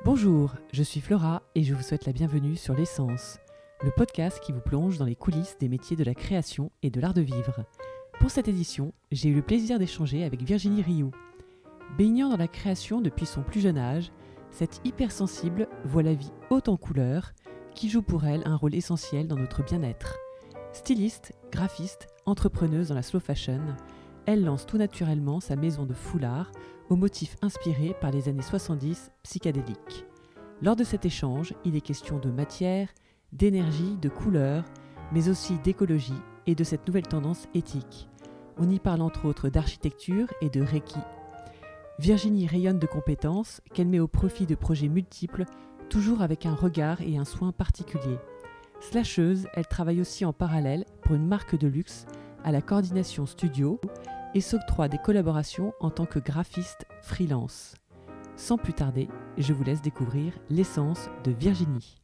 Bonjour, je suis Flora et je vous souhaite la bienvenue sur l'Essence, le podcast qui vous plonge dans les coulisses des métiers de la création et de l'art de vivre. Pour cette édition, j'ai eu le plaisir d'échanger avec Virginie Rioux. Baignant dans la création depuis son plus jeune âge, cette hypersensible voit la vie haute en couleurs, qui joue pour elle un rôle essentiel dans notre bien-être. Styliste, graphiste, entrepreneuse dans la slow fashion, elle lance tout naturellement sa maison de foulards aux motifs inspirés par les années 70 psychédéliques. Lors de cet échange, il est question de matière, d'énergie, de couleurs, mais aussi d'écologie et de cette nouvelle tendance éthique. On y parle entre autres d'architecture et de Reiki. Virginie rayonne de compétences qu'elle met au profit de projets multiples, toujours avec un regard et un soin particulier. Slasheuse, elle travaille aussi en parallèle pour une marque de luxe à la coordination studio et s'octroie des collaborations en tant que graphiste freelance. Sans plus tarder, je vous laisse découvrir l'essence de Virginie.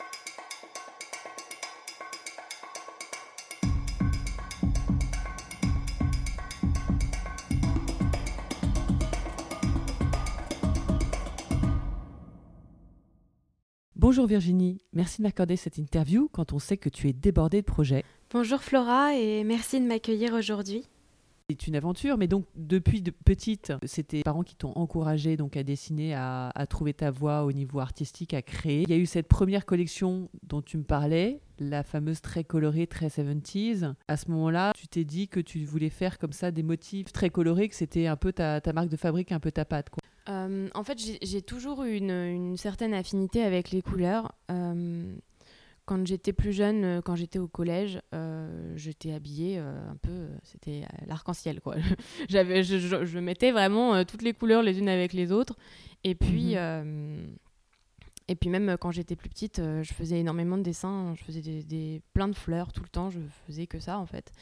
Bonjour Virginie, merci de m'accorder cette interview quand on sait que tu es débordée de projets. Bonjour Flora et merci de m'accueillir aujourd'hui. C'est une aventure, mais donc depuis de petite, c'est tes parents qui t'ont encouragé donc à dessiner, à trouver ta voie au niveau artistique, à créer. Il y a eu cette première collection dont tu me parlais, la fameuse très colorée, très 70s. À ce moment-là, tu t'es dit que tu voulais faire comme ça des motifs très colorés, que c'était un peu ta marque de fabrique, un peu ta patte, quoi. En fait, j'ai toujours eu une certaine affinité avec les couleurs. Quand j'étais plus jeune, quand j'étais au collège, j'étais habillée un peu, c'était l'arc-en-ciel, quoi. Je mettais vraiment toutes les couleurs les unes avec les autres. Et puis même quand j'étais plus petite, je faisais énormément de dessins. Je faisais plein de fleurs tout le temps. Je faisais que ça, en fait.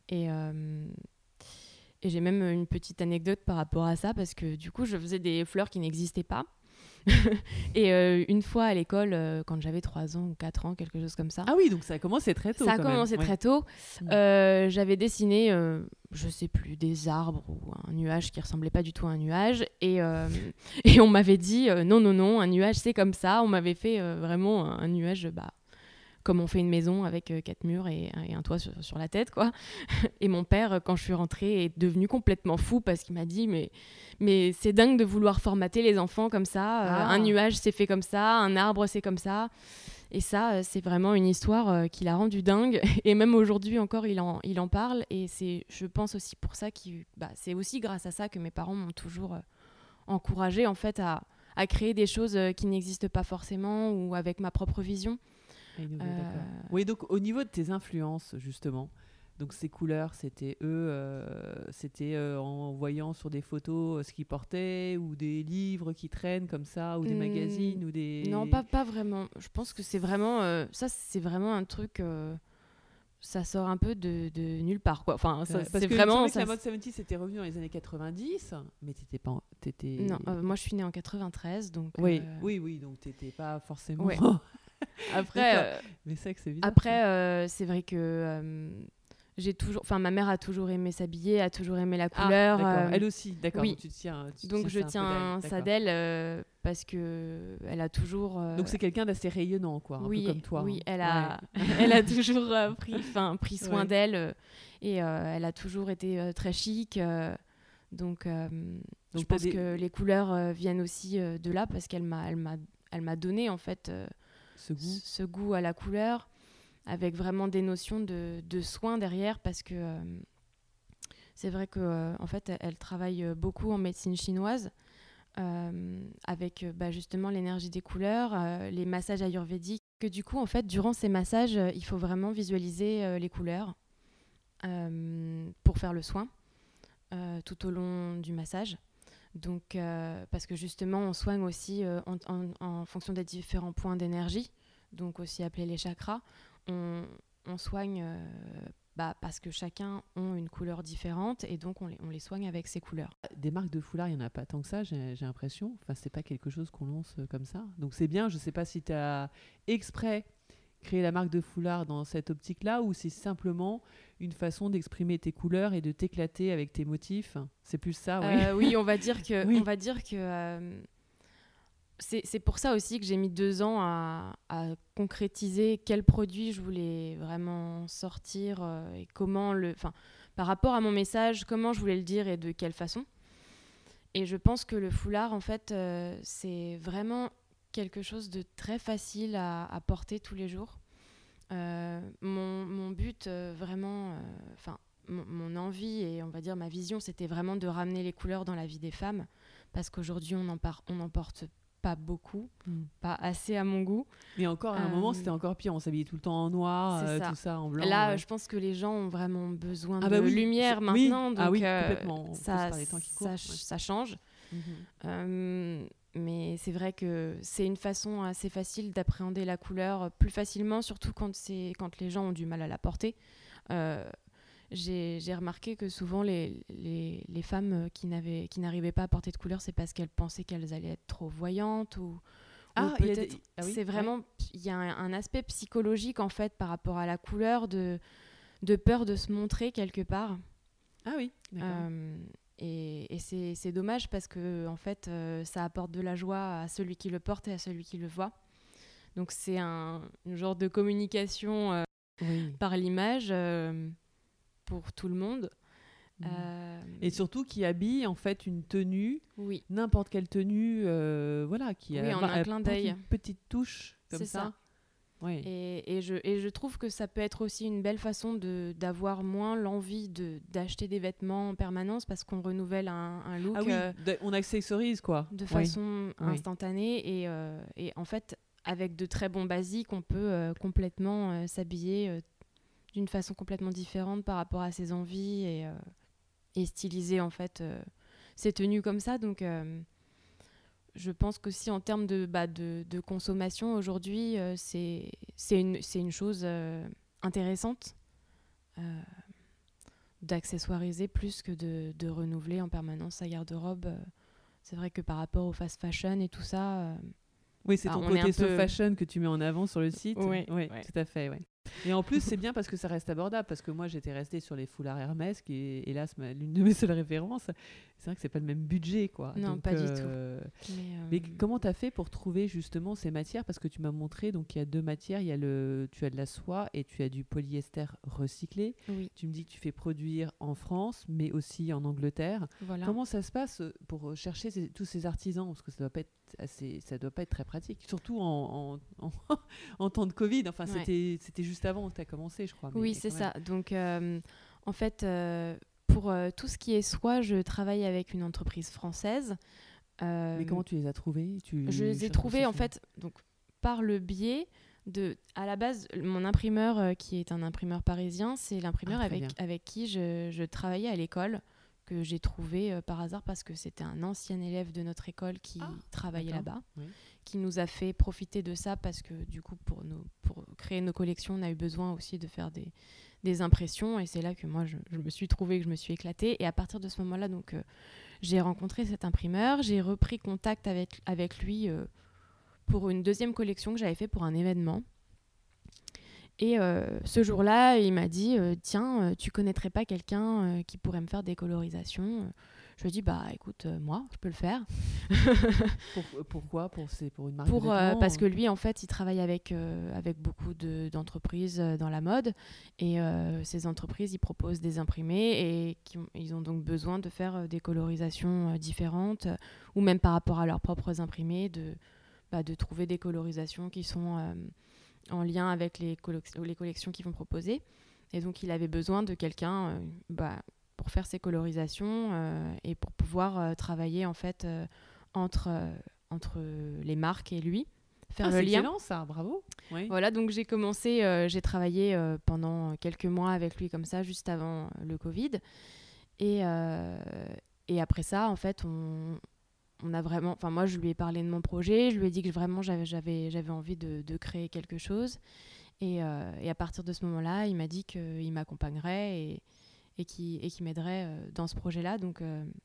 Et j'ai même une petite anecdote par rapport à ça, parce que du coup, je faisais des fleurs qui n'existaient pas. Et une fois à l'école, quand j'avais 3 ans ou 4 ans, quelque chose comme ça. Ah oui, donc ça a commencé très tôt. Ça a commencé très tôt. J'avais dessiné, je sais plus, des arbres ou un nuage qui ressemblait pas du tout à un nuage. Et on m'avait dit, non, un nuage c'est comme ça. On m'avait fait vraiment un nuage, comme on fait une maison avec 4 murs et un toit sur la tête, quoi. Et mon père, quand je suis rentrée, est devenu complètement fou parce qu'il m'a dit mais c'est dingue de vouloir formater les enfants comme ça. Un nuage, c'est fait comme ça. Un arbre, c'est comme ça. Et ça, c'est vraiment une histoire qui l'a rendu dingue. Et même aujourd'hui encore, il en parle. Et c'est, je pense aussi pour ça, c'est aussi grâce à ça que mes parents m'ont toujours encouragée en fait, à créer des choses qui n'existent pas forcément ou avec ma propre vision. D'accord. Oui, donc au niveau de tes influences, justement, donc ces couleurs, c'était en voyant sur des photos ce qu'ils portaient, ou des livres qui traînent comme ça, ou des magazines, ou des... Non, pas vraiment. Je pense que c'est vraiment... ça, c'est vraiment un truc... ça sort un peu de nulle part, quoi. Enfin, parce c'est que vraiment... la mode 70 c'était revenu dans les années 90, mais t'étais pas... Non, moi je suis née en 93, donc... Oui, donc t'étais pas forcément... Ouais. Après, mais c'est que c'est bizarre. Après, c'est vrai que ma mère a toujours aimé s'habiller, a toujours aimé la couleur. D'accord. Elle aussi, d'accord. Oui. Donc je tiens ça d'elle parce que elle a toujours. Donc c'est quelqu'un d'assez rayonnant, quoi, un peu comme toi. Oui, elle a toujours pris soin d'elle et elle a toujours été très chic. Donc je pense que les couleurs viennent aussi de là, parce qu'elle m'a donné en fait ce goût à la couleur, avec vraiment des notions de soin derrière, parce que c'est vrai que en fait elle travaille beaucoup en médecine chinoise, avec justement l'énergie des couleurs, les massages ayurvédiques, que du coup en fait durant ces massages il faut vraiment visualiser les couleurs pour faire le soin tout au long du massage. Donc, parce que justement, on soigne aussi en fonction des différents points d'énergie, donc aussi appelés les chakras. On soigne parce que chacun a une couleur différente, et donc on les soigne avec ces couleurs. Des marques de foulards, il n'y en a pas tant que ça, j'ai l'impression. Enfin, c'est pas quelque chose qu'on lance comme ça. Donc c'est bien, je ne sais pas si tu as exprès créé la marque de foulard dans cette optique-là, ou c'est simplement une façon d'exprimer tes couleurs et de t'éclater avec tes motifs. C'est plus ça, oui. Oui, on va dire que c'est pour ça aussi que j'ai mis 2 ans à concrétiser quel produit je voulais vraiment sortir et comment par rapport à mon message, comment je voulais le dire et de quelle façon. Et je pense que le foulard, en fait, c'est vraiment quelque chose de très facile à porter tous les jours. Mon but, vraiment, mon envie et on va dire ma vision, c'était vraiment de ramener les couleurs dans la vie des femmes, parce qu'aujourd'hui, on n'en porte pas beaucoup, pas assez à mon goût. Et encore, à un moment, c'était encore pire. On s'habillait tout le temps en noir, tout ça, en blanc. Là, je pense que les gens ont vraiment besoin de oui, lumière maintenant. Donc, complètement. Ça change. Mais c'est vrai que c'est une façon assez facile d'appréhender la couleur plus facilement, surtout quand les gens ont du mal à la porter. J'ai remarqué que souvent les femmes qui n'arrivaient pas à porter de couleur, c'est parce qu'elles pensaient qu'elles allaient être trop voyantes ou peut-être c'est vraiment il y a un aspect psychologique en fait par rapport à la couleur de peur de se montrer quelque part. Ah oui, d'accord. Et c'est dommage parce que en fait ça apporte de la joie à celui qui le porte et à celui qui le voit. Donc c'est un genre de communication par l'image pour tout le monde. Et surtout qui habille en fait une tenue, n'importe quelle tenue, qui en un clin d'œil, une petite touche comme ça. Oui. Et je trouve que ça peut être aussi une belle façon d'avoir moins l'envie d'acheter des vêtements en permanence parce qu'on renouvelle un look. On accessorise quoi. De façon instantanée et en fait avec de très bons basiques on peut complètement s'habiller d'une façon complètement différente par rapport à ses envies et styliser en fait ses tenues comme ça. Donc je pense qu'aussi en termes de consommation aujourd'hui, c'est une chose intéressante d'accessoiriser plus que de renouveler en permanence sa garde-robe. C'est vrai que par rapport au fast fashion et tout ça... oui, c'est ton côté soft fashion que tu mets en avant sur le site. Oui, tout à fait, oui. Et en plus, c'est bien parce que ça reste abordable. Parce que moi, j'étais restée sur les foulards Hermès, qui est, hélas, l'une de mes seules références. C'est vrai que c'est pas le même budget, quoi. Non, donc, pas du tout. Mais comment tu as fait pour trouver justement ces matières? Parce que tu m'as montré, donc il y a 2 matières. Tu as de la soie et tu as du polyester recyclé. Oui. Tu me dis que tu fais produire en France, mais aussi en Angleterre. Voilà. Comment ça se passe pour chercher tous ces artisans? Parce que ça doit pas être très pratique, surtout en temps de Covid. Enfin, c'était juste avant que tu as commencé, je crois. Oui, c'est ça. Donc, en fait, pour tout ce qui est soie, je travaille avec une entreprise française. Mais comment tu les as trouvés? Je les ai trouvés, en fait, donc, par le biais à la base, mon imprimeur, qui est un imprimeur parisien, c'est l'imprimeur avec qui je travaillais à l'école, que j'ai trouvé par hasard parce que c'était un ancien élève de notre école qui travaillait là-bas, qui nous a fait profiter de ça parce que du coup pour créer nos collections on a eu besoin aussi de faire des impressions et c'est là que moi je me suis trouvée, que je me suis éclatée et à partir de ce moment-là donc j'ai rencontré cet imprimeur, j'ai repris contact avec lui pour une deuxième collection que j'avais fait pour un événement. Et ce jour-là, il m'a dit tiens, tu connaîtrais pas quelqu'un qui pourrait me faire des colorisations? Je lui ai dit bah écoute, moi, je peux le faire. Pourquoi? Pour une marque de vêtements, parce que lui, en fait, il travaille avec beaucoup d'entreprises dans la mode et ces entreprises, ils proposent des imprimés et ils ont donc besoin de faire des colorisations différentes ou même par rapport à leurs propres imprimés, de trouver des colorisations qui sont en lien avec les collections qu'ils vont proposer. Et donc, il avait besoin de quelqu'un pour faire ces colorisations et pour pouvoir travailler en fait entre les marques et lui, faire le lien. C'est excellent ça, bravo. Oui. Voilà, donc j'ai commencé, j'ai travaillé pendant quelques mois avec lui comme ça, juste avant le Covid. Et après ça, en fait, on a vraiment, enfin moi je lui ai parlé de mon projet, je lui ai dit que vraiment j'avais envie de créer quelque chose et à partir de ce moment-là il m'a dit qu'il m'accompagnerait et qu'il m'aiderait dans ce projet-là, donc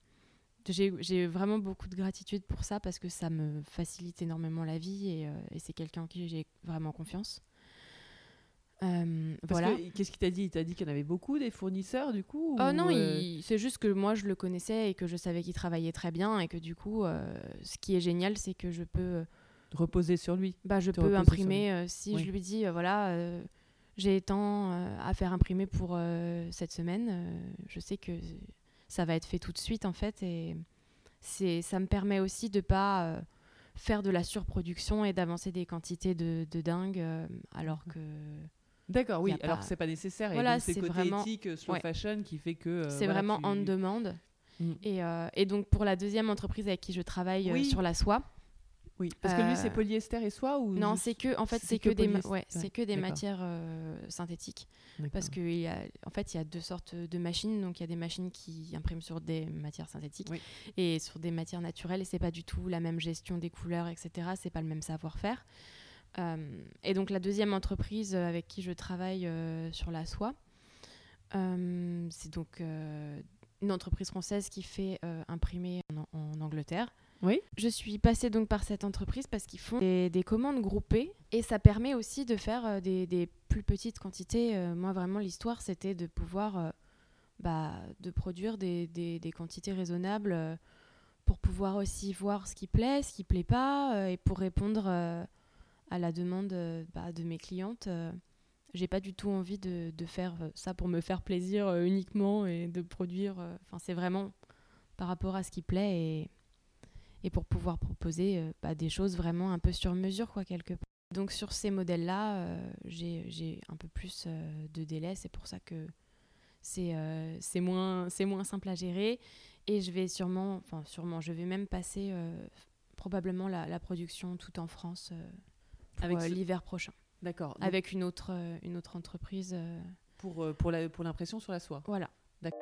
j'ai vraiment beaucoup de gratitude pour ça parce que ça me facilite énormément la vie et c'est quelqu'un en qui j'ai vraiment confiance. Voilà. Qu'est-ce qu'il t'a dit? Il t'a dit qu'il y en avait beaucoup, des fournisseurs, du coup? Non, c'est juste que moi, je le connaissais et que je savais qu'il travaillait très bien et que du coup, ce qui est génial, c'est que je peux... reposer sur lui. je peux imprimer si je lui dis, voilà, j'ai tant à faire imprimer pour cette semaine. Je sais que ça va être fait tout de suite, en fait. Et ça me permet aussi de ne pas faire de la surproduction et d'avancer des quantités de dingue, alors que... D'accord, oui, alors que c'est pas nécessaire. Voilà, et donc, c'est côté vraiment... éthique, slow fashion qui fait que... c'est vraiment on demand. Et donc, pour la deuxième entreprise avec qui je travaille sur la soie... Oui, parce que lui, c'est polyester et soie ou... Non, c'est que des matières synthétiques. D'accord. Parce qu'il y a deux sortes de machines. Donc, il y a des machines qui impriment sur des matières synthétiques et sur des matières naturelles. Et c'est pas du tout la même gestion des couleurs, etc. C'est pas le même savoir-faire. Et donc, la deuxième entreprise avec qui je travaille sur la soie, c'est donc une entreprise française qui fait imprimer en Angleterre. Oui. Je suis passée donc par cette entreprise parce qu'ils font des commandes groupées et ça permet aussi de faire des plus petites quantités. Moi, vraiment, l'histoire, c'était de pouvoir de produire des quantités raisonnables pour pouvoir aussi voir ce qui plaît, ce qui plaît pas et pour répondre à la demande de mes clientes. J'ai pas du tout envie de faire ça pour me faire plaisir uniquement et de produire. C'est vraiment par rapport à ce qui plaît et pour pouvoir proposer des choses vraiment un peu sur mesure, quoi, quelque part. Donc sur ces modèles-là, j'ai un peu plus de délai, c'est pour ça que c'est moins simple à gérer. Et je vais sûrement, je vais même passer probablement la production tout en France pour l'hiver prochain. D'accord. Donc, avec une autre entreprise. Pour l'impression sur la soie. Voilà. D'accord.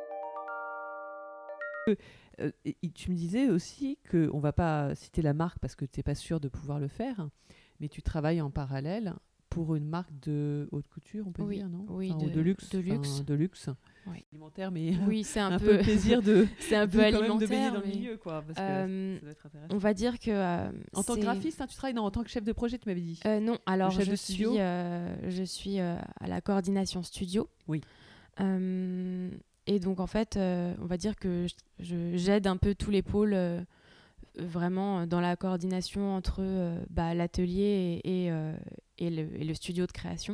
Tu me disais aussi qu'on ne va pas citer la marque parce que tu n'es pas sûr de pouvoir le faire, mais tu travailles en parallèle pour une marque de haute couture, on peut dire, non? Oui, de luxe. De luxe. Oui. Alimentaire, mais oui, c'est un peu plaisir c'est un peu alimentaire, de baigner dans le milieu, quoi, parce que ça doit être intéressant. On va dire que en tant que graphiste, tu travailles en tant que chef de projet, tu m'avais dit. Non, alors je suis à la coordination studio. Oui. Et donc en fait, on va dire que j'aide un peu tous les pôles vraiment dans la coordination entre l'atelier et le studio de création.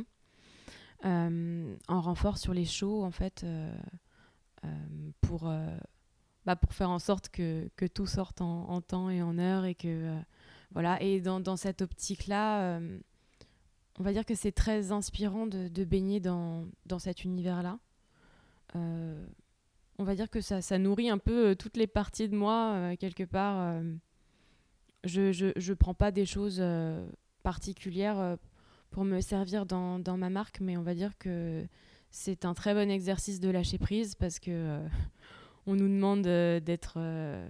En renfort sur les shows, en fait, pour faire en sorte que tout sorte en temps et en heure. Et que, voilà. Et dans cette optique-là, on va dire que c'est très inspirant de baigner dans cet univers-là. On va dire que ça nourrit un peu toutes les parties de moi, quelque part. Je prends pas des choses particulières pour me servir dans ma marque, mais on va dire que c'est un très bon exercice de lâcher prise parce que on nous demande d'être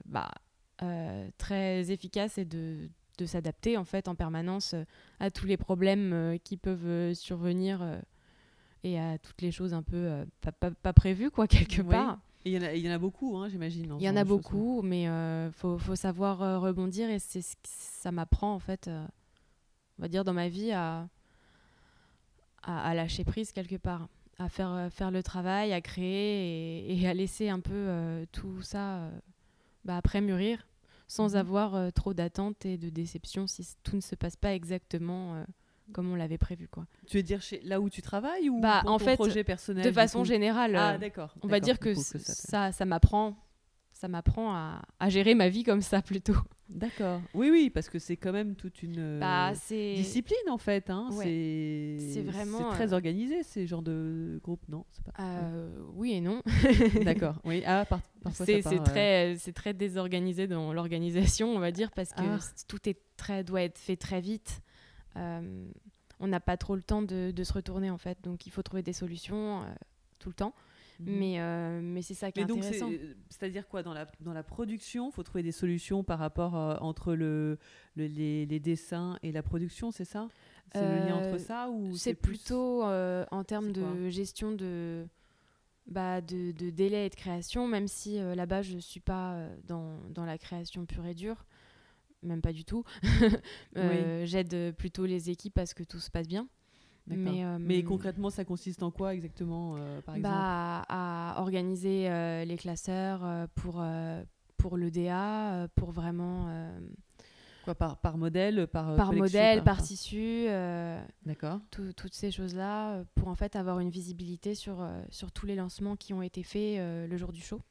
très efficace et de s'adapter en fait en permanence à tous les problèmes qui peuvent survenir et à toutes les choses un peu pas prévues, quoi, quelque part. Et il y en a beaucoup, hein, j'imagine. Il y en a beaucoup, mais faut savoir rebondir et c'est ce que ça m'apprend en fait, on va dire, dans ma vie à lâcher prise quelque part, à faire le travail, à créer et à laisser un peu tout ça après mûrir sans avoir trop d'attentes et de déceptions si tout ne se passe pas exactement comme on l'avait prévu, quoi. Tu veux dire là où tu travailles ou en ton fait, projet personnel? De façon générale, d'accord. On va dire que ça m'apprend à gérer ma vie comme ça plutôt. D'accord. Oui, parce que c'est quand même toute une discipline en fait. Hein. Ouais. C'est vraiment... C'est très organisé ces genres de groupes, non? C'est pas... Oui et non. D'accord. Oui. Parfois c'est très désorganisé dans l'organisation, on va dire, parce que tout doit être fait très vite. On n'a pas trop le temps de se retourner en fait, donc il faut trouver des solutions tout le temps. Mais c'est ça qui est intéressant. C'est-à-dire quoi, dans la production, il faut trouver des solutions par rapport entre les dessins et la production, c'est ça? C'est le lien entre ça ou c'est plutôt en termes de gestion de délai et de création, même si là-bas je ne suis pas dans la création pure et dure, même pas du tout. J'aide plutôt les équipes à ce que tout se passe bien. D'accord. Mais concrètement, ça consiste en quoi exactement, par exemple? À organiser les classeurs pour l'EDA, pour vraiment... Quoi, par modèle, par par collection, modèle, par tissu, D'accord. toutes ces choses-là, pour en fait avoir une visibilité sur tous les lancements qui ont été faits le jour du show.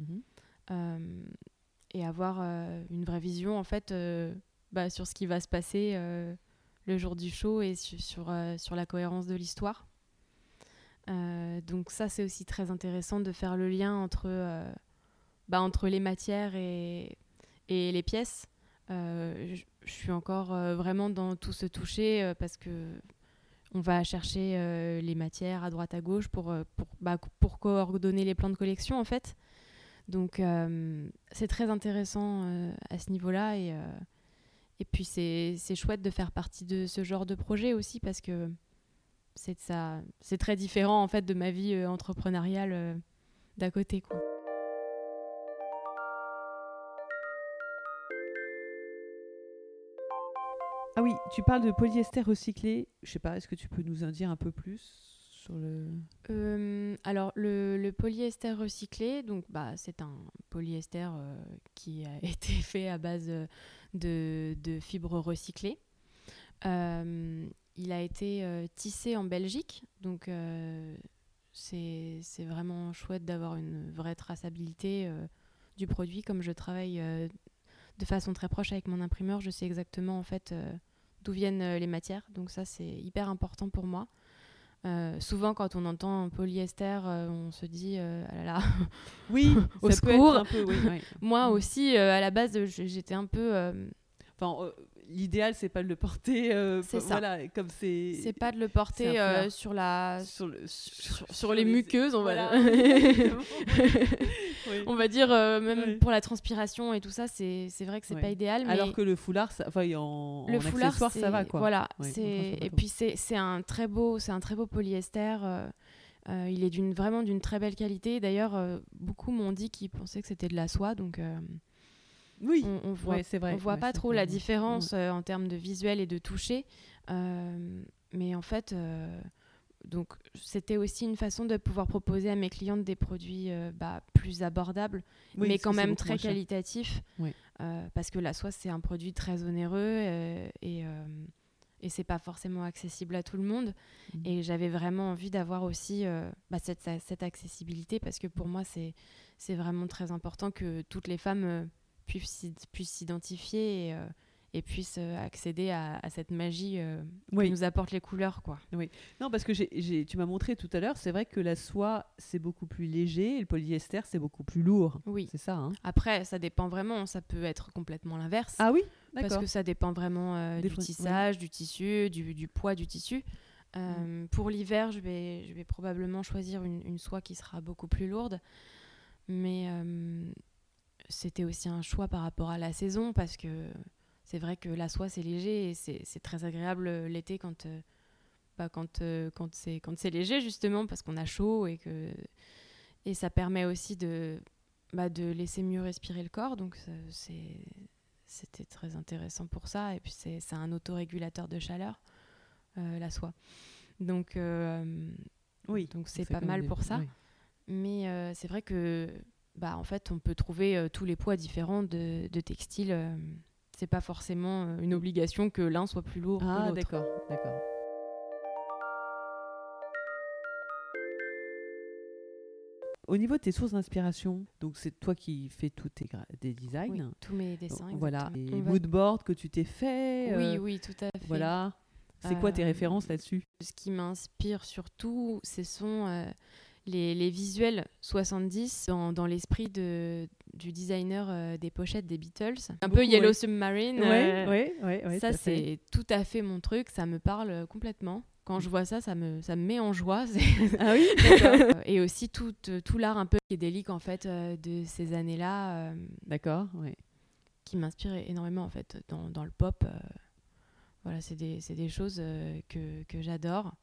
Et avoir une vraie vision en fait sur ce qui va se passer le jour du show et sur la cohérence de l'histoire. Donc ça, c'est aussi très intéressant de faire le lien entre les matières et les pièces. Je suis encore vraiment dans tout ce toucher parce que on va chercher les matières à droite à gauche pour coordonner les plans de collection en fait. Donc c'est très intéressant à ce niveau-là et puis c'est chouette de faire partie de ce genre de projet aussi parce que c'est très différent en fait de ma vie entrepreneuriale d'à côté, quoi. Ah oui, tu parles de polyester recyclé. Je sais pas, est-ce que tu peux nous en dire un peu plus sur le... Alors le polyester recyclé, donc c'est un polyester qui a été fait à base de fibres recyclées. Il a été tissé en Belgique, donc c'est vraiment chouette d'avoir une vraie traçabilité du produit. Comme je travaille de façon très proche avec mon imprimeur, je sais exactement en fait d'où viennent les matières, donc ça c'est hyper important pour moi. Souvent quand on entend polyester, on se dit ah là là, oui, au ça secours. peut être un peu, oui. Moi aussi, à la base, j'étais un peu... l'idéal, c'est pas de le porter. C'est ça. Voilà, comme c'est. C'est pas de le porter sur les muqueuses, on va. Oui. On va dire même pour la transpiration et tout ça, c'est vrai que c'est pas idéal. Mais alors que le foulard, en accessoire, ça va quoi. Voilà. Et puis c'est un très beau polyester. Il est vraiment d'une très belle qualité. D'ailleurs, beaucoup m'ont dit qu'ils pensaient que c'était de la soie, donc. Oui, on voit, c'est vrai. On voit pas trop la différence en termes de visuel et de toucher. Mais en fait, donc, c'était aussi une façon de pouvoir proposer à mes clientes des produits plus abordables, mais quand même très qualitatifs. Oui. Parce que la soie, c'est un produit très onéreux et c'est pas forcément accessible à tout le monde. Et j'avais vraiment envie d'avoir aussi cette accessibilité parce que pour moi, c'est vraiment très important que toutes les femmes puissent s'identifier et puissent accéder à cette magie que nous apportent les couleurs, quoi. Oui. Non, parce que tu m'as montré tout à l'heure, c'est vrai que la soie, c'est beaucoup plus léger et le polyester, c'est beaucoup plus lourd. Oui. C'est ça, hein. Après, ça dépend vraiment. Ça peut être complètement l'inverse. Ah oui, d'accord. Parce que ça dépend vraiment du tissage, du tissu, du poids du tissu. Pour l'hiver, je vais probablement choisir une soie qui sera beaucoup plus lourde. Mais c'était aussi un choix par rapport à la saison parce que c'est vrai que la soie c'est léger et c'est très agréable l'été quand c'est léger justement parce qu'on a chaud et ça permet aussi de laisser mieux respirer le corps, donc c'était très intéressant pour ça. Et puis c'est un autorégulateur de chaleur, la soie, donc donc c'est pas mal pour ça. Mais c'est vrai que en fait, on peut trouver tous les poids différents de textiles. C'est pas forcément une obligation que l'un soit plus lourd que l'autre. Ah, d'accord. Au niveau de tes sources d'inspiration, donc c'est toi qui fais tous tes designs. Oui, tous mes dessins. Voilà, les moodboards que tu t'es fait. Oui, tout à fait. Voilà. C'est quoi tes références là-dessus ? Ce qui m'inspire surtout, ce sont les visuels 70 dans l'esprit du designer des pochettes des Beatles. Un peu Yellow Submarine. Oui. Ça, c'est tout à fait mon truc. Ça me parle complètement. Quand je vois ça, ça me met en joie. Ah oui, d'accord. Et aussi tout l'art un peu psychédélique en fait de ces années-là. D'accord, oui. Qui m'inspire énormément en fait dans le pop. Voilà, c'est des choses que j'adore.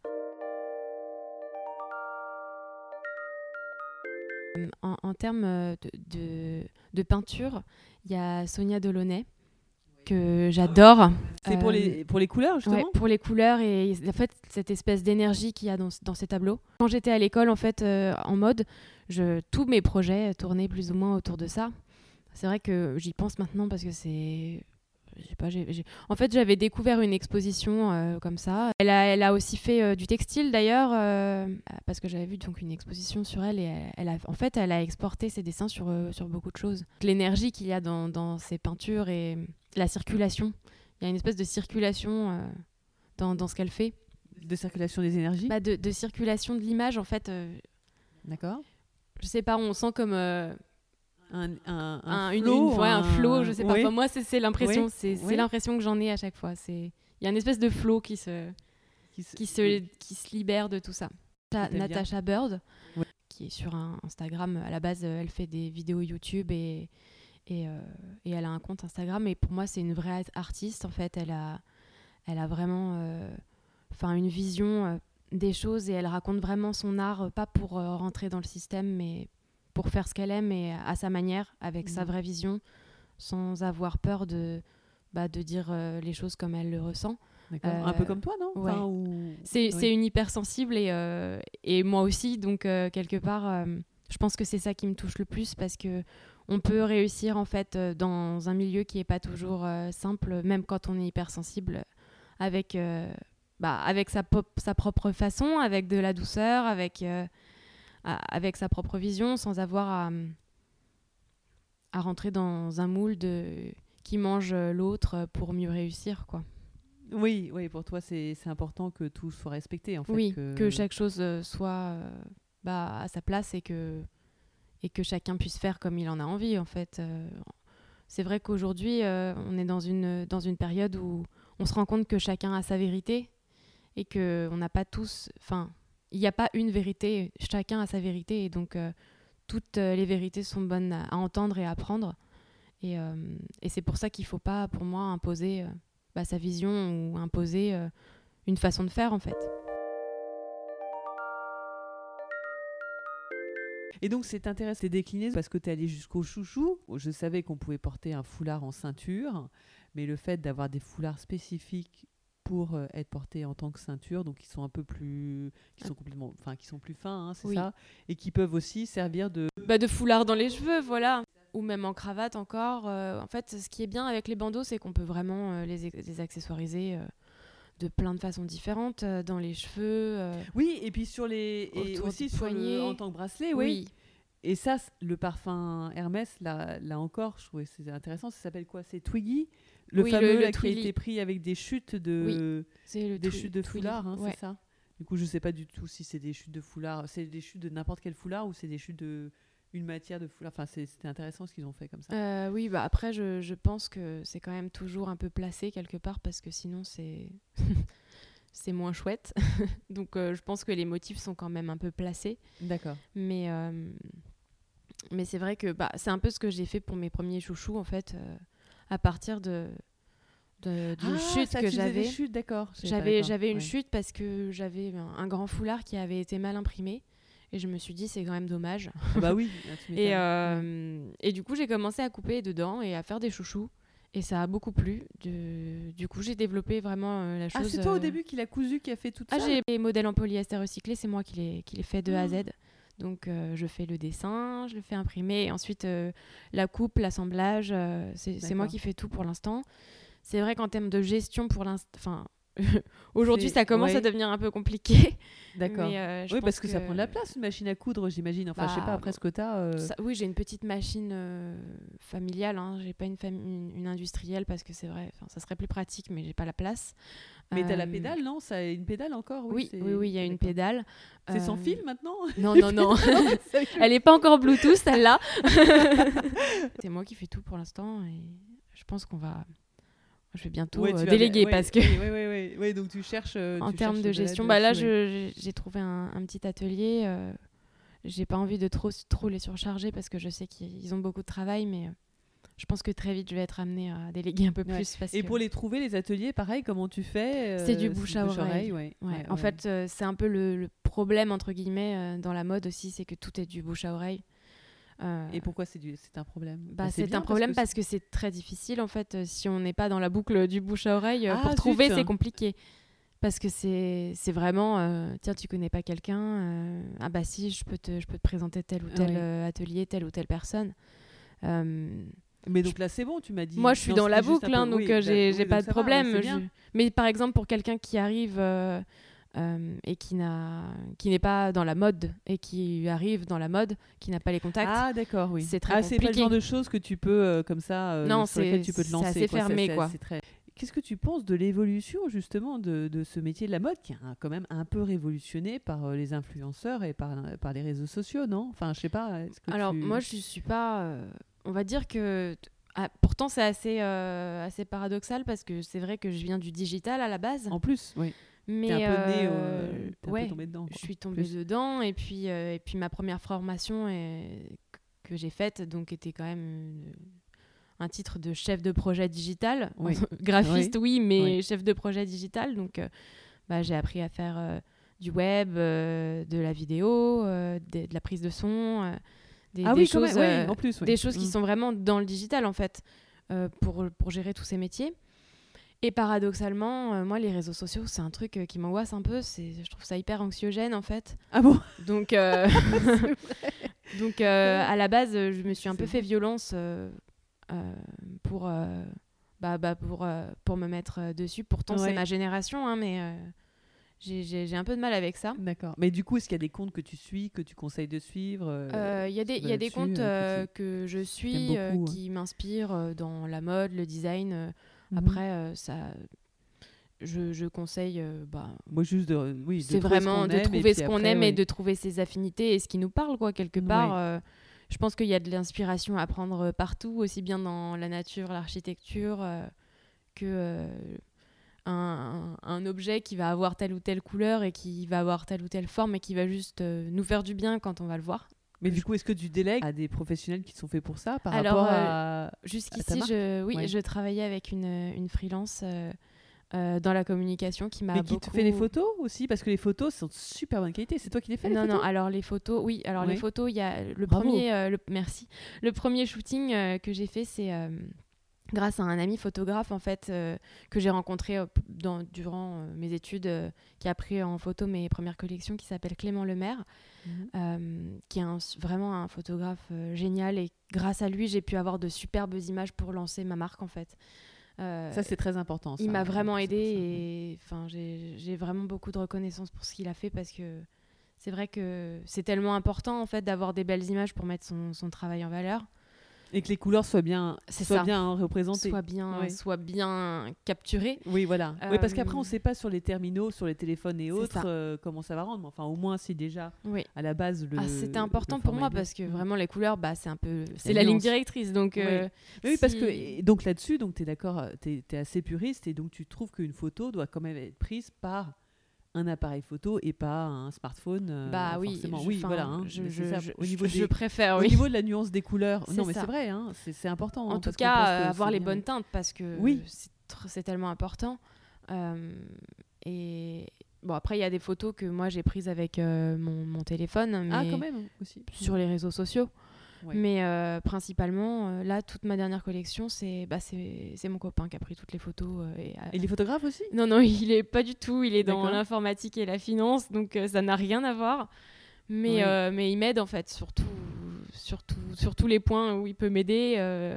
En termes de peinture, il y a Sonia Delaunay que j'adore. C'est pour les couleurs, justement. Ouais, pour les couleurs et en fait cette espèce d'énergie qu'il y a dans ces tableaux. Quand j'étais à l'école en fait en mode, tous mes projets tournaient plus ou moins autour de ça. C'est vrai que j'y pense maintenant parce que c'est, je sais pas, en fait j'avais découvert une exposition comme ça. Elle a aussi fait du textile d'ailleurs parce que j'avais vu donc une exposition sur elle et en fait elle a exporté ses dessins sur beaucoup de choses. L'énergie qu'il y a dans ses peintures et la circulation. Il y a une espèce de circulation dans ce qu'elle fait. De circulation des énergies. De circulation de l'image, en fait. D'accord. Je sais pas, on sent comme un flow, un flow, je sais pas. Oui. Enfin, moi, c'est l'impression, Oui. c'est l'impression que j'en ai à chaque fois. Il y a une espèce de flow qui se libère de tout ça. Natasha Bird, ouais. qui est sur Instagram, à la base, elle fait des vidéos YouTube et elle a un compte Instagram. Et pour moi, c'est une vraie artiste. En fait, elle a vraiment une vision des choses et elle raconte vraiment son art, pas pour rentrer dans le système, mais pour faire ce qu'elle aime et à sa manière, avec sa vraie vision, sans avoir peur de dire les choses comme elle le ressent. D'accord. Un peu comme toi, non? Ouais. C'est une hypersensible et moi aussi, donc quelque part, je pense que c'est ça qui me touche le plus parce que on peut réussir en fait dans un milieu qui est pas toujours simple, même quand on est hypersensible, avec sa propre façon, avec de la douceur, avec sa propre vision, sans avoir à rentrer dans un moule qui mange l'autre pour mieux réussir, quoi. Oui, pour toi, c'est important que tout soit respecté, en fait. Oui, que chaque chose soit à sa place et que chacun puisse faire comme il en a envie, en fait. C'est vrai qu'aujourd'hui, on est dans une période où on se rend compte que chacun a sa vérité et qu'on n'a pas tous... Enfin, il n'y a pas une vérité, chacun a sa vérité et donc toutes les vérités sont bonnes à entendre et à apprendre. Et c'est pour ça qu'il ne faut pas, pour moi, imposer sa vision ou imposer une façon de faire, en fait. Et donc, c'est intéressant, c'est décliné parce que tu es allé jusqu'au chouchou. Je savais qu'on pouvait porter un foulard en ceinture, mais le fait d'avoir des foulards spécifiques pour être portés en tant que ceinture, donc qui sont un peu plus... qui sont plus fins, hein, c'est ça, et qui peuvent aussi servir de foulard dans les cheveux, voilà. Ou même en cravate encore. En fait, ce qui est bien avec les bandeaux, c'est qu'on peut vraiment les accessoiriser de plein de façons différentes, dans les cheveux. Oui, et puis sur les... et aussi sur en tant que bracelet, oui. Et ça, le parfum Hermès, là encore, je trouvais c'est intéressant. Ça s'appelle quoi? C'est Twiggy, le fameux qui a été pris avec des chutes de, chutes de foulard, hein, c'est ça. Du coup, je sais pas du tout si c'est des chutes de foulard, c'est des chutes de n'importe quel foulard ou c'est des chutes de une matière de foulard. Enfin, c'était intéressant ce qu'ils ont fait comme ça. Oui, après, je pense que c'est quand même toujours un peu placé quelque part parce que sinon c'est c'est moins chouette. Donc, je pense que les motifs sont quand même un peu placés. D'accord. Mais c'est vrai que c'est un peu ce que j'ai fait pour mes premiers chouchous, en fait, à partir d'une chute que j'avais. Des chutes, d'accord. J'avais une chute parce que j'avais un grand foulard qui avait été mal imprimé. Et je me suis dit, c'est quand même dommage. Bah oui. Et du coup, j'ai commencé à couper dedans et à faire des chouchous. Et ça a beaucoup plu. Du coup, j'ai développé vraiment la chose. Ah, c'est toi au début qui l'a cousu, qui a fait tout ça? J'ai les modèles en polyester recyclé, c'est moi qui les fais de A à Z. Donc, je fais le dessin, je le fais imprimer. Et ensuite, la coupe, l'assemblage, c'est moi qui fais tout pour l'instant. C'est vrai qu'en termes de gestion, pour l'instant... Aujourd'hui, ça commence à devenir un peu compliqué. D'accord. Oui, parce que ça prend de la place, une machine à coudre, j'imagine. Enfin, je sais pas, après ce que tu as... Oui, j'ai une petite machine familiale. Hein. J'ai pas une industrielle parce que c'est vrai, ça serait plus pratique, mais j'ai pas la place. Mais tu as la pédale, non? Ça a une pédale encore? Oui, il y a une pédale. C'est sans fil maintenant? Non. Elle est pas encore Bluetooth, celle-là. C'est moi qui fais tout pour l'instant et je pense qu'on va... Je vais bientôt déléguer parce que... Oui, donc tu cherches... en termes de gestion, là, j'ai trouvé un petit atelier. J'ai pas envie de trop les surcharger parce que je sais qu'ils ont beaucoup de travail, mais je pense que très vite, je vais être amenée à déléguer un peu plus. Et pour les trouver, les ateliers, pareil, comment tu fais? C'est du bouche à oreille. En fait, c'est un peu le problème, entre guillemets, dans la mode aussi, c'est que tout est du bouche à oreille. Et pourquoi c'est un problème? C'est un problème parce que c'est très difficile en fait. Si on n'est pas dans la boucle du bouche à oreille, pour trouver, c'est compliqué. Parce que c'est vraiment, tiens, tu connais pas quelqu'un, ah bah si, je peux te présenter tel ou tel atelier, telle ou telle personne. Mais donc là, c'est bon, tu m'as dit. Moi, je suis dans la boucle, donc j'ai pas de problème. Mais par exemple, pour quelqu'un qui arrive et qui n'est pas dans la mode et qui arrive dans la mode, qui n'a pas les contacts. Ah d'accord, oui. C'est très compliqué. C'est pas le genre de choses que tu peux comme ça sur lesquelles tu peux te lancer. C'est assez fermé, quoi. Qu'est-ce que tu penses de l'évolution justement de ce métier de la mode qui a quand même un peu révolutionné par les influenceurs et par les réseaux sociaux, non? Enfin, je sais pas. Alors moi, je suis pas. On va dire que. Pourtant, c'est assez paradoxal parce que c'est vrai que je viens du digital à la base. En plus, oui. Mais t'es un peu tombée dedans. Je suis tombée dedans et puis ma première formation que j'ai faite donc était quand même un titre de chef de projet digital, graphiste mais chef de projet digital, donc j'ai appris à faire du web, de la vidéo, de la prise de son, des choses, en plus, des choses qui sont vraiment dans le digital en fait, pour gérer tous ces métiers. Et paradoxalement, moi, les réseaux sociaux, c'est un truc qui m'angoisse un peu. Je trouve ça hyper anxiogène, en fait. Ah bon? Donc, à la base, je me suis un peu fait violence pour me mettre dessus. Pourtant, c'est ma génération, hein, mais j'ai un peu de mal avec ça. D'accord. Mais du coup, est-ce qu'il y a des comptes que tu suis, que tu conseilles de suivre? Il y a des comptes que je suis qui m'inspirent dans la mode, le design. Après, je conseille. Moi, juste c'est vraiment de trouver ce qu'on aime et de trouver ses affinités et ce qui nous parle, quoi, quelque part. Je pense qu'il y a de l'inspiration à prendre partout, aussi bien dans la nature, l'architecture, que un objet qui va avoir telle ou telle couleur et qui va avoir telle ou telle forme et qui va juste nous faire du bien quand on va le voir. Mais du coup, est-ce que tu délègues à des professionnels qui sont faits pour ça par rapport à jusqu'ici, je travaillais avec une freelance dans la communication qui m'a beaucoup... Mais qui te fait les photos aussi? Parce que les photos sont de super bonne qualité. C'est toi qui les fais, les photos? Non, alors les photos, oui. Alors les photos, il y a le premier... merci. Le premier shooting que j'ai fait, c'est... grâce à un ami photographe en fait que j'ai rencontré durant mes études, qui a pris en photo mes premières collections, qui s'appelle Clément Lemaire, qui est vraiment un photographe génial, et grâce à lui j'ai pu avoir de superbes images pour lancer ma marque en fait. Ça c'est très important. Il m'a vraiment aidée et j'ai vraiment beaucoup de reconnaissance pour ce qu'il a fait, parce que c'est vrai que c'est tellement important en fait d'avoir des belles images pour mettre son travail en valeur. Et que les couleurs soient bien représentées. Soient bien capturées. Oui, voilà. Oui, parce qu'après, on ne sait pas sur les terminaux, sur les téléphones et autres, comment ça va rendre. Mais enfin, au moins, si déjà, à la base, c'était important pour moi, parce que vraiment, les couleurs, c'est un peu... C'est la ligne directrice. Donc, oui, parce que donc, là-dessus, tu es d'accord, tu es assez puriste, et donc tu trouves qu'une photo doit quand même être prise par un appareil photo et pas un smartphone. Forcément. Je préfère. Au niveau de la nuance des couleurs. Non, mais c'est vrai, hein, c'est important. En tout cas, avoir les bonnes teintes, parce que c'est tellement important. Et bon, après, il y a des photos que moi j'ai prises avec mon téléphone, mais quand même aussi sur les réseaux sociaux. Ouais. Mais principalement, là, toute ma dernière collection, c'est mon copain qui a pris toutes les photos. Et il est photographe aussi? Non, il est pas du tout. Il est dans l'informatique et la finance, donc ça n'a rien à voir. Mais il m'aide en fait, sur tous les points où il peut m'aider.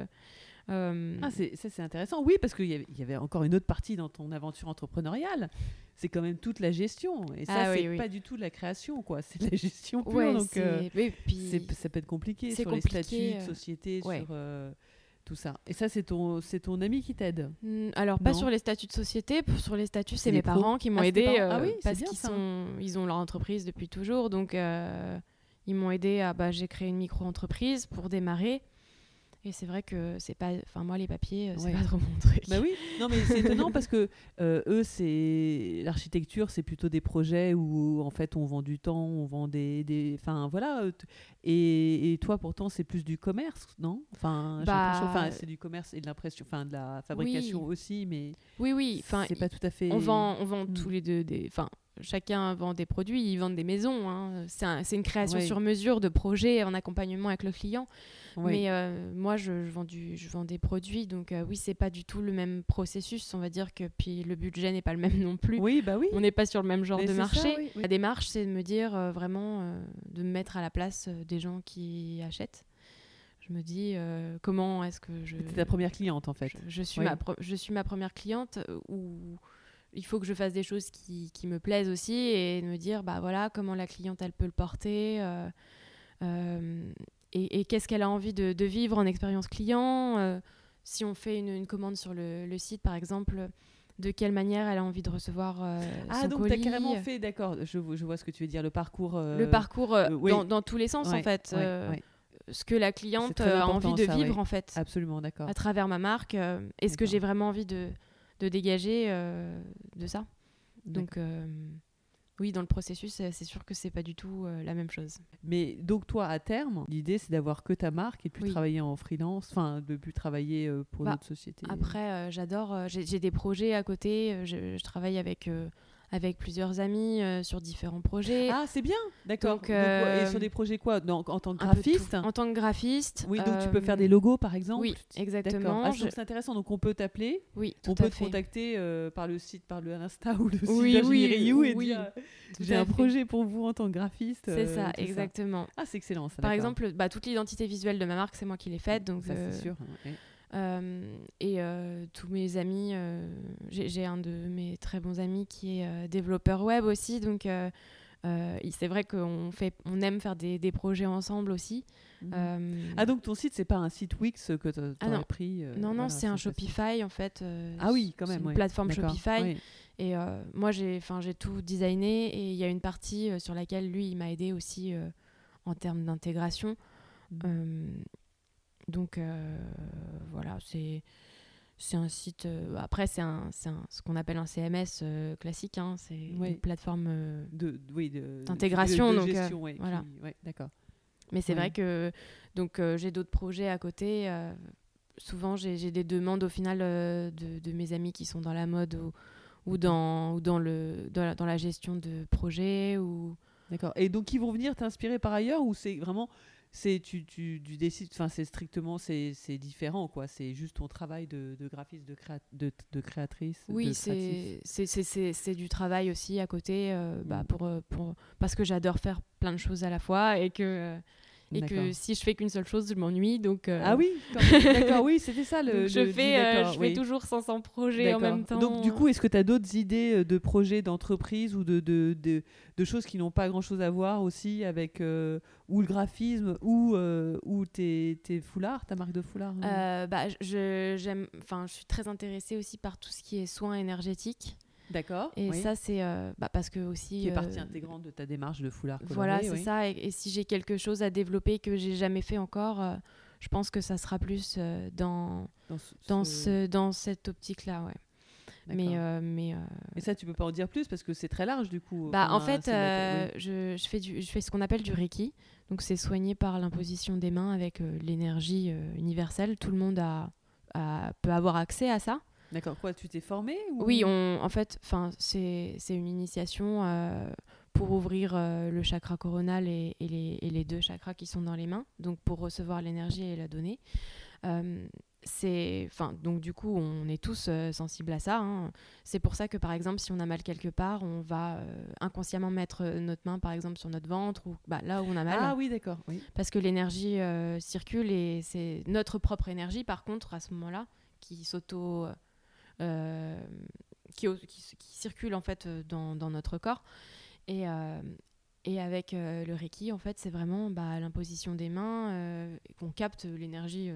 C'est intéressant. Oui, parce qu'il y avait encore une autre partie dans ton aventure entrepreneuriale. C'est quand même toute la gestion. Et ça, c'est pas du tout de la création, quoi. C'est de la gestion pure. Ouais, donc, ça peut être compliqué sur les statuts de société, sur tout ça. Et ça, c'est ton ami qui t'aide? Alors, pas sur les statuts de société. Sur les statuts, c'est mes parents qui m'ont aidé. Parce qu'ils ont leur entreprise depuis toujours. Donc, ils m'ont aidé j'ai créé une micro-entreprise pour démarrer. Et c'est vrai que c'est pas... Enfin, moi, les papiers, c'est pas trop mon truc. Bah oui, non, mais c'est étonnant parce que eux, l'architecture, c'est plutôt des projets où, en fait, on vend du temps, on vend des... Enfin, voilà. Et toi, pourtant, c'est plus du commerce, non? Enfin, j'ai l'impression... Enfin, c'est du commerce et de l'impression... Enfin, de la fabrication aussi, mais... Oui. Enfin, c'est pas tout à fait... On vend tous les deux des... Enfin, chacun vend des produits, ils vendent des maisons. Hein. C'est une création Oui. sur mesure de projets en accompagnement avec le client. Oui. Mais moi, je vends des produits. Donc oui, c'est pas du tout le même processus. On va dire que puis le budget n'est pas le même non plus. Oui, bah oui. On n'est pas sur le même genre Mais de c'est marché. ça, oui, oui. La démarche, c'est de me dire vraiment de me mettre à la place des gens qui achètent. Je me dis comment est-ce que je... C'était ta première cliente, en fait. Je suis, Oui. je suis ma première cliente où il faut que je fasse des choses qui me plaisent aussi et de me dire bah voilà comment la cliente elle peut le porter et qu'est-ce qu'elle a envie de vivre en expérience client. Si on fait une commande sur le site par exemple, de quelle manière elle a envie de recevoir son donc colis. tu as carrément fait, d'accord, je vois ce que tu veux dire, le parcours. Le parcours oui. dans tous les sens Ouais, en fait. ouais. Ce que la C'est cliente très a important, envie de ça, vivre ouais. en fait Absolument, d'accord. à travers ma marque et ce que D'accord. j'ai vraiment envie de dégager de ça. D'accord. Donc oui, dans le processus, c'est sûr que c'est pas du tout la même chose. Mais donc toi, à terme, l'idée c'est d'avoir que ta marque et de plus Oui. travailler en freelance, enfin de plus travailler pour d'autres sociétés. Après, j'adore, j'ai des projets à côté, je travaille avec plusieurs amis sur différents projets. Ah, c'est bien, d'accord. Donc, Et sur des projets quoi, en tant que un peu de tout. graphiste? En tant que graphiste. Oui, donc tu peux faire des logos par exemple. Oui, exactement. D'accord. Ah, donc c'est intéressant. Donc on peut t'appeler, Oui, tout on peut à te fait. contacter par le site, par le Insta ou le site Oui, Virginie oui, Rioux et oui, dire tout j'ai à un fait. projet pour vous en tant que graphiste. C'est ça, tout exactement. Ah, c'est excellent ça. Par d'accord. exemple, toute l'identité visuelle de ma marque, c'est moi qui l'ai faite. Donc, ça c'est sûr. Ouais. et tous mes amis, j'ai un de mes très bons amis qui est développeur web aussi, donc c'est vrai qu'on aime faire des projets ensemble aussi. Ah, donc ton site c'est pas un site Wix que tu non. as pris Non, voilà, c'est un facile. Shopify en fait. Ah oui, quand même. C'est une ouais. plateforme D'accord. Shopify. Oui. Et moi, j'ai tout designé et il y a une partie sur laquelle lui, il m'a aidé aussi en termes d'intégration. Donc voilà, c'est un site. Après, c'est ce qu'on appelle un CMS classique. Hein, c'est une plateforme d'intégration. De donc gestion, ouais, voilà. ouais, d'accord. Mais c'est Ouais. vrai que donc j'ai d'autres projets à côté. Souvent, j'ai des demandes au final de mes amis qui sont dans la mode ou dans la gestion de projets ou. D'accord. Et donc ils vont venir t'inspirer par ailleurs ou c'est vraiment tu décides, enfin c'est strictement c'est différent quoi, c'est juste ton travail de graphiste, de créatrice. Oui, de créatif. c'est du travail aussi à côté parce que j'adore faire plein de choses à la fois et que si je fais qu'une seule chose, je m'ennuie. Donc, Ah oui, d'accord, oui, c'était ça le. Donc je fais oui. toujours 500 projets en même temps. Donc du coup, est-ce que tu as d'autres idées de projets d'entreprise ou de choses qui n'ont pas grand-chose à voir aussi avec ou le graphisme ou tes foulards, ta marque de foulards je suis très intéressée aussi par tout ce qui est soins énergétiques. D'accord. Et oui. ça, c'est parce que aussi. Qui est partie intégrante de ta démarche de foulard coloré. Voilà, c'est ça. Et si j'ai quelque chose à développer que j'ai jamais fait encore, je pense que ça sera plus dans cette optique-là, ouais. Mais ça, tu peux pas en dire plus parce que c'est très large du coup. En fait, je fais ce qu'on appelle du Reiki. Donc, c'est soigner par l'imposition des mains avec l'énergie universelle. Tout le monde peut avoir accès à ça. D'accord. Quoi, tu t'es formée ou... Oui, en fait, c'est une initiation pour ouvrir le chakra coronal et les deux chakras qui sont dans les mains, donc pour recevoir l'énergie et la donner. Donc du coup, on est tous sensibles à ça. Hein. C'est pour ça que, par exemple, si on a mal quelque part, on va inconsciemment mettre notre main, par exemple, sur notre ventre ou là où on a mal. Ah oui, d'accord. Oui. Parce que l'énergie circule et c'est notre propre énergie, par contre, à ce moment-là, qui circule en fait dans notre corps et avec le Reiki en fait c'est vraiment l'imposition des mains qu'on capte l'énergie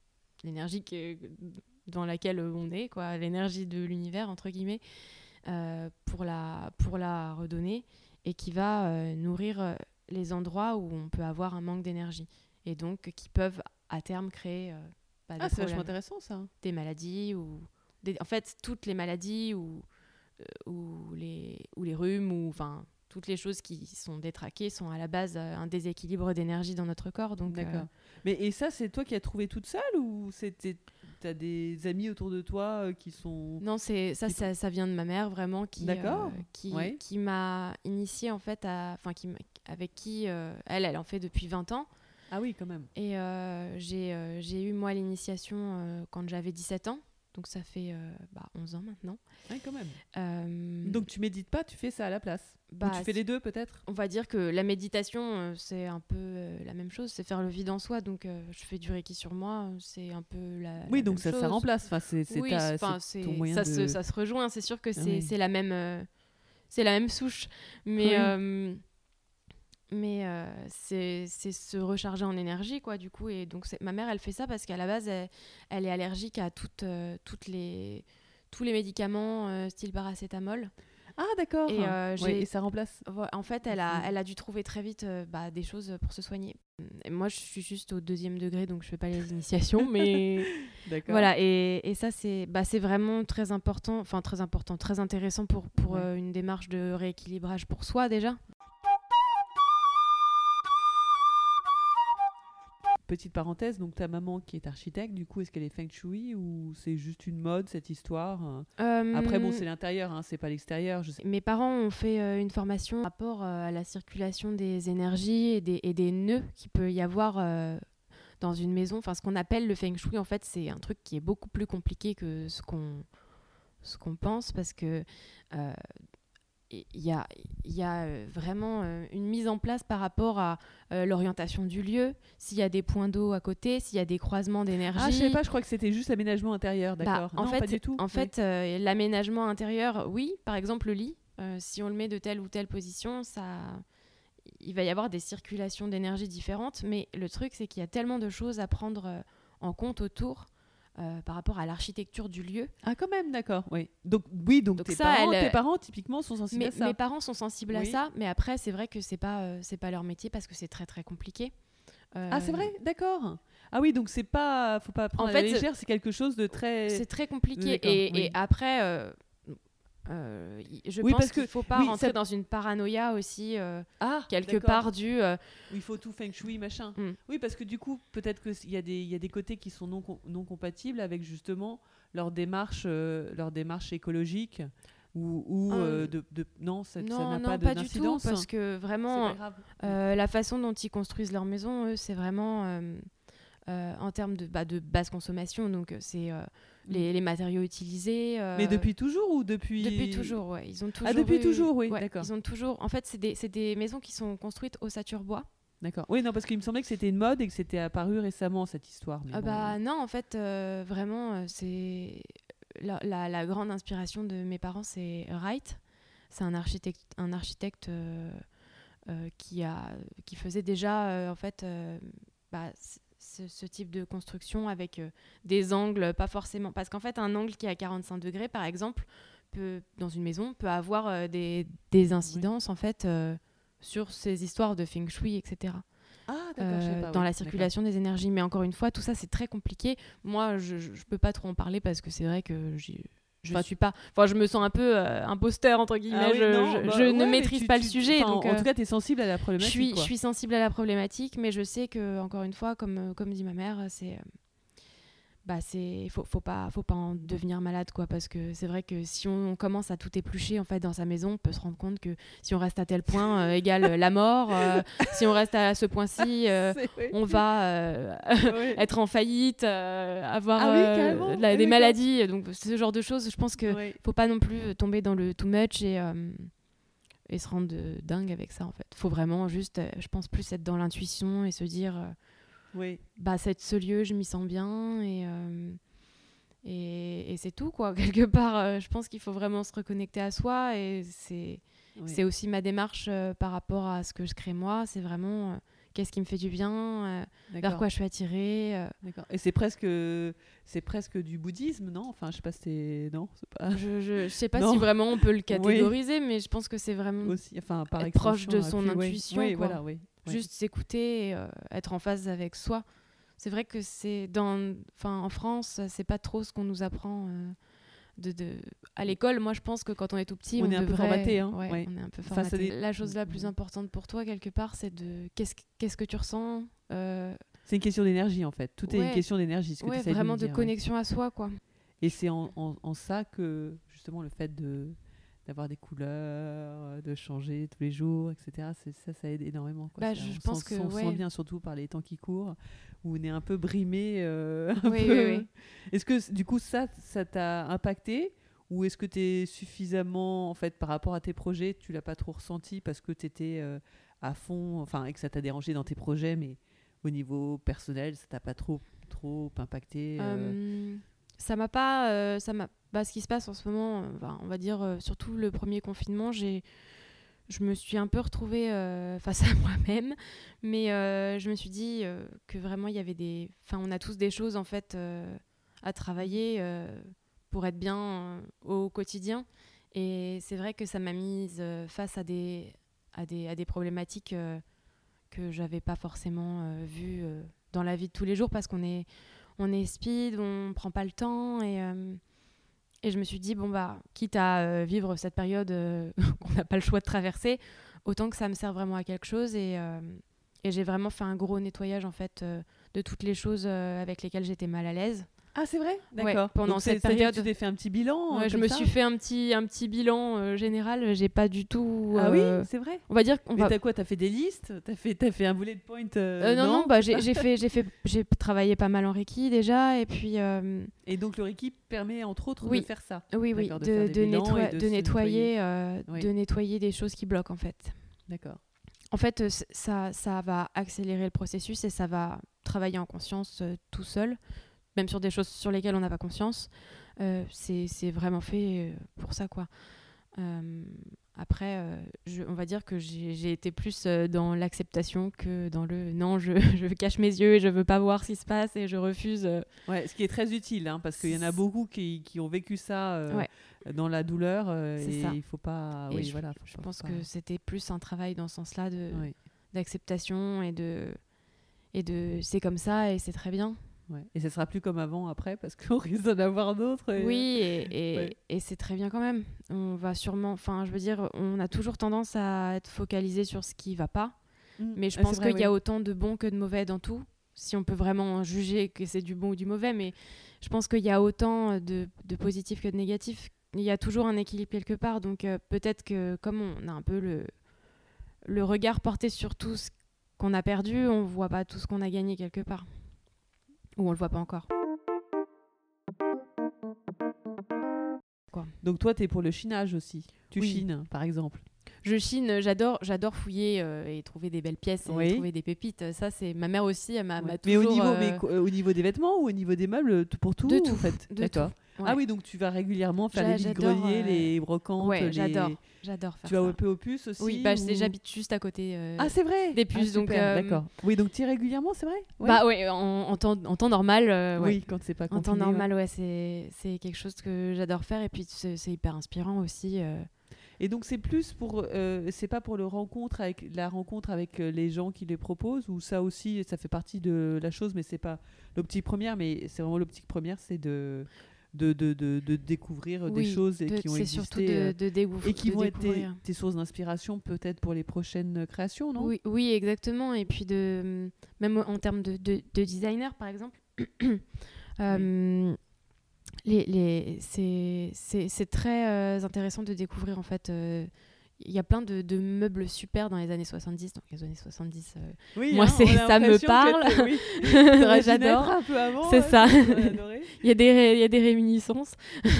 dans laquelle on est quoi, l'énergie de l'univers entre guillemets pour la redonner et qui va nourrir les endroits où on peut avoir un manque d'énergie et donc qui peuvent à terme créer des c'est vachement intéressant ça. Des maladies ou en fait toutes les maladies ou les rhumes ou enfin toutes les choses qui sont détraquées sont à la base un déséquilibre d'énergie dans notre corps. Donc d'accord. Et ça c'est toi qui as trouvé toute seule ou as des amis autour de toi qui sont... Non, ça vient de ma mère, vraiment, qui m'a initiée, en fait, avec qui elle en fait depuis 20 ans. Ah oui, quand même. Et j'ai eu, moi, l'initiation quand j'avais 17 ans. Donc, ça fait 11 ans maintenant. Oui, quand même. Donc, tu médites pas, tu fais ça à la place. Ou tu fais les deux, peut-être. On va dire que la méditation, c'est un peu la même chose. C'est faire le vide en soi. Donc, je fais du Reiki sur moi. C'est un peu la Oui, donc même chose. Ça remplace. Enfin, c'est ton moyen de... Ça se rejoint. C'est sûr que c'est la même souche. Mais... c'est se recharger en énergie, quoi, du coup. Et donc, ma mère, elle fait ça parce qu'à la base, elle est allergique à tous les médicaments style paracétamol. Ah, d'accord. Et ça remplace. En fait, elle a dû trouver très vite des choses pour se soigner. Et moi, je suis juste au 2e degré, donc je fais pas les initiations, mais d'accord. Voilà. Et ça, c'est vraiment très important, très intéressant pour une démarche de rééquilibrage pour soi déjà. Petite parenthèse, donc ta maman qui est architecte, du coup, est-ce qu'elle est feng shui ou c'est juste une mode, cette histoire Après, bon, c'est l'intérieur, hein, c'est pas l'extérieur. Mes parents ont fait une formation par rapport à la circulation des énergies et des nœuds qu'il peut y avoir dans une maison. Enfin, ce qu'on appelle le feng shui, en fait, c'est un truc qui est beaucoup plus compliqué que ce qu'on pense, parce que... il y a vraiment une mise en place par rapport à l'orientation du lieu, s'il y a des points d'eau à côté, s'il y a des croisements d'énergie. Ah, je savais pas, je crois que c'était juste l'aménagement intérieur, d'accord. En fait, pas du tout. L'aménagement intérieur, oui, par exemple le lit, si on le met de telle ou telle position, il va y avoir des circulations d'énergie différentes, mais le truc, c'est qu'il y a tellement de choses à prendre en compte autour. Par rapport à l'architecture du lieu. Ah, quand même, d'accord. Oui. Donc tes parents, typiquement, sont sensibles à ça. Mes parents sont sensibles à ça, mais après, c'est vrai que c'est pas leur métier parce que c'est très, très compliqué. Ah, c'est vrai, d'accord. Ah oui, donc faut pas prendre à la légère, c'est quelque chose de très... C'est très compliqué. Et après... je pense qu'il ne faut pas rentrer dans une paranoïa aussi, quelque part du... où il faut tout feng shui, machin. Oui, parce que du coup, peut-être qu'il y a des côtés qui sont non compatibles avec justement leur démarche écologique non, ça n'a pas d'incidence. Du tout, parce que vraiment, la façon dont ils construisent leur maison, eux, c'est vraiment... en termes de basse consommation, donc c'est les matériaux utilisés. Mais depuis toujours ou depuis... Depuis toujours, ouais. Ils ont toujours depuis toujours, oui, d'accord. Ils ont toujours... En fait, c'est des maisons qui sont construites ossature-bois. D'accord. Oui, non, parce qu'il me semblait que c'était une mode et que c'était apparu récemment, cette histoire. Mais non, en fait, vraiment, c'est... La grande inspiration de mes parents, c'est Wright. C'est un architecte qui faisait déjà, en fait... ce type de construction avec des angles pas forcément... Parce qu'en fait, un angle qui est à 45 degrés, par exemple, dans une maison, peut avoir des incidences, en fait, sur ces histoires de feng shui, etc. Ah, d'accord, dans la circulation des énergies. Mais encore une fois, tout ça, c'est très compliqué. Moi, je peux pas trop en parler parce que c'est vrai que je suis pas... Enfin, je me sens un peu imposteur, entre guillemets. Je ne maîtrise pas le sujet. Donc, en tout cas, tu es sensible à la problématique. Je suis sensible à la problématique, mais je sais que, encore une fois, comme dit ma mère, faut pas en devenir malade, quoi, parce que c'est vrai que si on commence à tout éplucher, en fait, dans sa maison, on peut se rendre compte que si on reste à tel point égale la mort. Si on reste à ce point-ci, on va être en faillite, avoir des maladies. Donc ce genre de choses, je pense que faut pas non plus tomber dans le too much et se rendre dingue avec ça, en fait. Faut vraiment juste, je pense, plus être dans l'intuition et se dire... ce lieu, je m'y sens bien et c'est tout, quoi. Quelque part, je pense qu'il faut vraiment se reconnecter à soi et c'est aussi ma démarche par rapport à ce que je crée moi. C'est vraiment qu'est-ce qui me fait du bien, vers quoi je suis attirée. D'accord. Et c'est presque du bouddhisme, non? Enfin, je sais pas si c'est... Non, c'est pas... Je sais pas si vraiment on peut le catégoriser, mais je pense que c'est vraiment aussi, enfin, par être proche de son intuition. Oui, quoi. voilà, oui. Juste s'écouter et être en phase avec soi. C'est vrai que en France, c'est pas trop ce qu'on nous apprend à l'école. Moi, je pense que quand on est tout petit, on est un peu formaté. Hein. On est un peu formaté. La chose la plus importante pour toi, quelque part, c'est de qu'est-ce que tu ressens, C'est une question d'énergie en fait. Tout est une question d'énergie. Ce que t'essayes vraiment de de connexion à soi, quoi. Et c'est en ça que justement le fait d'avoir des couleurs, de changer tous les jours, etc. Ça aide énormément. Quoi. Bah, je pense que on sent bien, surtout par les temps qui courent, où on est un peu brimé. Oui. Est-ce que du coup ça t'a impacté, ou est-ce que tu es suffisamment, en fait, par rapport à tes projets, tu l'as pas trop ressenti parce que tu étais à fond, enfin, et que ça t'a dérangé dans tes projets, mais au niveau personnel, ça t'a pas trop impacté Ça m'a pas... ce qui se passe en ce moment, on va dire, surtout le premier confinement, je me suis un peu retrouvée face à moi-même, mais je me suis dit que vraiment, il y avait on a tous des choses, en fait, à travailler pour être bien au quotidien. Et c'est vrai que ça m'a mise face à des problématiques que j'avais pas forcément vues dans la vie de tous les jours, parce qu'on est speed, on prend pas le temps, et je me suis dit, quitte à vivre cette période qu'on n'a pas le choix de traverser, autant que ça me sert vraiment à quelque chose. Et j'ai vraiment fait un gros nettoyage, en fait, de toutes les choses avec lesquelles j'étais mal à l'aise. Ah, c'est vrai ? D'accord. Ouais, pendant cette période, tu t'es fait un petit bilan je me suis fait un petit bilan général. J'ai pas du tout... Ah oui, c'est vrai. On va dire Mais t'as quoi ? T'as fait des listes ? T'as fait un bullet point Non, j'ai travaillé pas mal en Reiki déjà, et puis... Et donc le Reiki permet entre autres de faire ça. Oui, de nettoyer des choses qui bloquent, en fait. D'accord. En fait, ça va accélérer le processus et ça va travailler en conscience tout seul, même sur des choses sur lesquelles on n'a pas conscience. C'est vraiment fait pour ça, quoi. Après, on va dire que j'ai été plus dans l'acceptation que dans le non, je cache mes yeux et je veux pas voir ce qui se passe et je refuse. Ouais, ce qui est très utile, hein, parce qu'il y en a beaucoup qui ont vécu ça dans la douleur. Et ça. Il faut pas. Et je pense que c'était plus un travail dans ce sens-là d'acceptation et de c'est comme ça et c'est très bien. Ouais. Et ça sera plus comme avant après, parce qu'on risque d'en avoir d'autres. Oui, et c'est très bien quand même. On va sûrement, je veux dire, on a toujours tendance à être focalisé sur ce qui va pas, mais je pense qu'il y a autant de bon que de mauvais dans tout. Si on peut vraiment juger que c'est du bon ou du mauvais, mais je pense qu'il y a autant de positif que de négatif. Il y a toujours un équilibre quelque part, donc peut-être que comme on a un peu le regard porté sur tout ce qu'on a perdu, on voit pas tout ce qu'on a gagné quelque part. Ou on le voit pas encore. Quoi. Donc toi, t'es pour le chinage aussi. Tu chines, par exemple. Je chine, j'adore fouiller et trouver des belles pièces et trouver des pépites. Ça, c'est ma mère aussi, elle m'a toujours... Mais au niveau des vêtements ou au niveau des meubles, pour tout, de tout, en fait. D'accord. Ouais. Ah oui, donc tu vas régulièrement faire les vide-greniers, les brocantes. Ouais, j'adore faire ça. Tu vas aux puces aussi? Oui, j'habite juste à côté c'est vrai. des puces. Donc, d'accord. Oui, donc tu y es régulièrement, c'est vrai? En temps normal. Oui, quand c'est pas confiné. En temps normal, c'est quelque chose que j'adore faire et puis c'est hyper inspirant aussi. Et donc c'est plus pour, c'est pas pour la rencontre avec les gens qui les proposent, ou ça aussi, ça fait partie de la chose, mais c'est pas l'optique première, mais c'est vraiment l'optique première, c'est de découvrir des choses qui ont existé. C'est surtout de découvrir. Et qui vont être tes sources d'inspiration peut-être pour les prochaines créations, non? Oui, exactement. Et puis même en termes de designer, par exemple. C'est très intéressant de découvrir, en fait. Il y a plein de meubles super dans les années 70. Donc les années 70, moi, ça me parle. J'adore. Un peu avant, c'est ça. Il y a des réminiscences.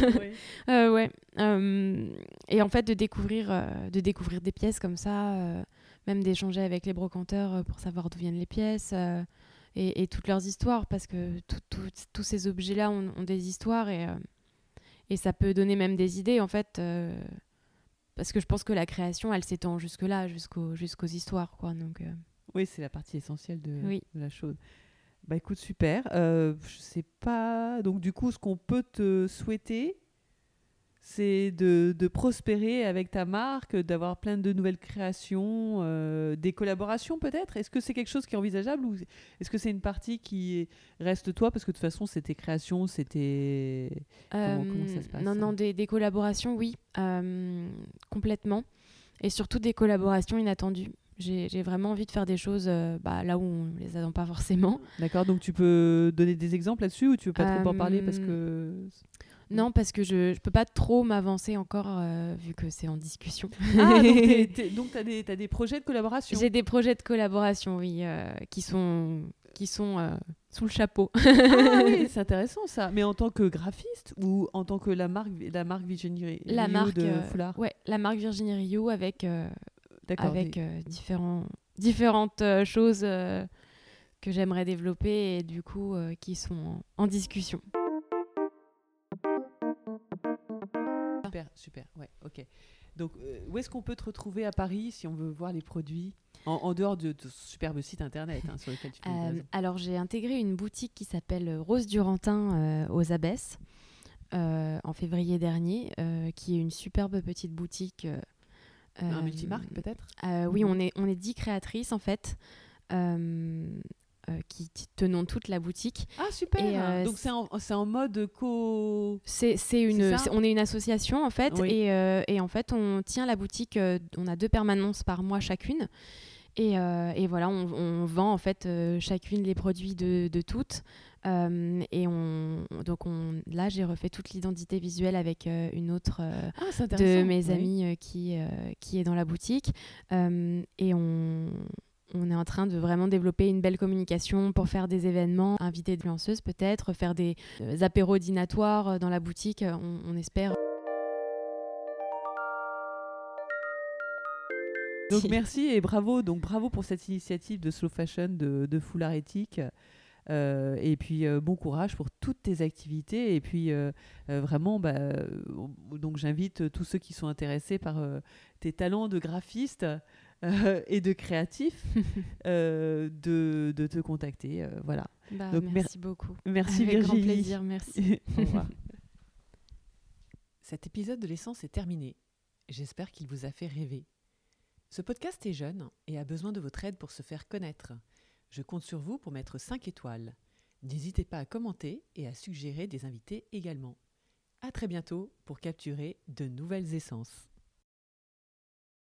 Et en fait, de découvrir des pièces comme ça, même d'échanger avec les brocanteurs pour savoir d'où viennent les pièces. Et toutes leurs histoires, parce que tous ces objets-là ont des histoires et ça peut donner même des idées, en fait, parce que je pense que la création, elle s'étend jusque-là, jusqu'aux histoires, quoi. Donc, oui, c'est la partie essentielle de la chose. Bah écoute, super. Je sais pas. Donc du coup, ce qu'on peut te souhaiter, c'est de prospérer avec ta marque, d'avoir plein de nouvelles créations, des collaborations peut-être. Est-ce que c'est quelque chose qui est envisageable, ou est-ce que c'est une partie qui reste toi, parce que de toute façon c'est tes créations, c'était... Comment ça se passe? Non, des collaborations, oui, complètement. Et surtout des collaborations inattendues. J'ai vraiment envie de faire des choses là où on les attend pas forcément. D'accord, donc tu peux donner des exemples là-dessus ou tu veux pas trop en parler parce que... Non, parce que je peux pas trop m'avancer encore vu que c'est en discussion. Ah, donc t'as des projets de collaboration. J'ai des projets de collaboration, oui, qui sont sous le chapeau. Ah oui, c'est intéressant ça. Mais en tant que graphiste ou en tant que la marque Virginie Rioux de foulard? Ouais, la marque Virginie Rioux avec différentes choses que j'aimerais développer et du coup qui sont en discussion. Super, ouais, ok. Donc, où est-ce qu'on peut te retrouver à Paris si on veut voir les produits en dehors de ce superbe site internet sur lequel tu fais Alors, j'ai intégré une boutique qui s'appelle Rose Durantin aux Abbesses en février dernier, qui est une superbe petite boutique. Un multimarque peut-être Oui, on est 10 créatrices en fait. Qui tenons toute la boutique. Ah super. Donc c'est en mode on est une association en fait, oui. et en fait on tient la boutique, on a 2 permanences par mois chacune et voilà on vend en fait chacune les produits de toutes là j'ai refait toute l'identité visuelle avec une autre de mes amies qui est dans la boutique et on est en train de vraiment développer une belle communication pour faire des événements, inviter des influenceuses peut-être, faire des apéros dînatoires dans la boutique, on espère. Donc merci et bravo pour cette initiative de slow fashion de foulard éthique. Et puis bon courage pour toutes tes activités et puis vraiment donc j'invite tous ceux qui sont intéressés par tes talents de graphiste et de créatif de te contacter voilà. Donc merci beaucoup. Merci avec Virginie. Grand plaisir, merci. Au revoir. Cet épisode de l'essence est terminé. J'espère qu'il vous a fait rêver. Ce podcast est jeune et a besoin de votre aide pour se faire connaître. Je compte sur vous pour mettre 5 étoiles. N'hésitez pas à commenter et à suggérer des invités également. À très bientôt pour capturer de nouvelles essences.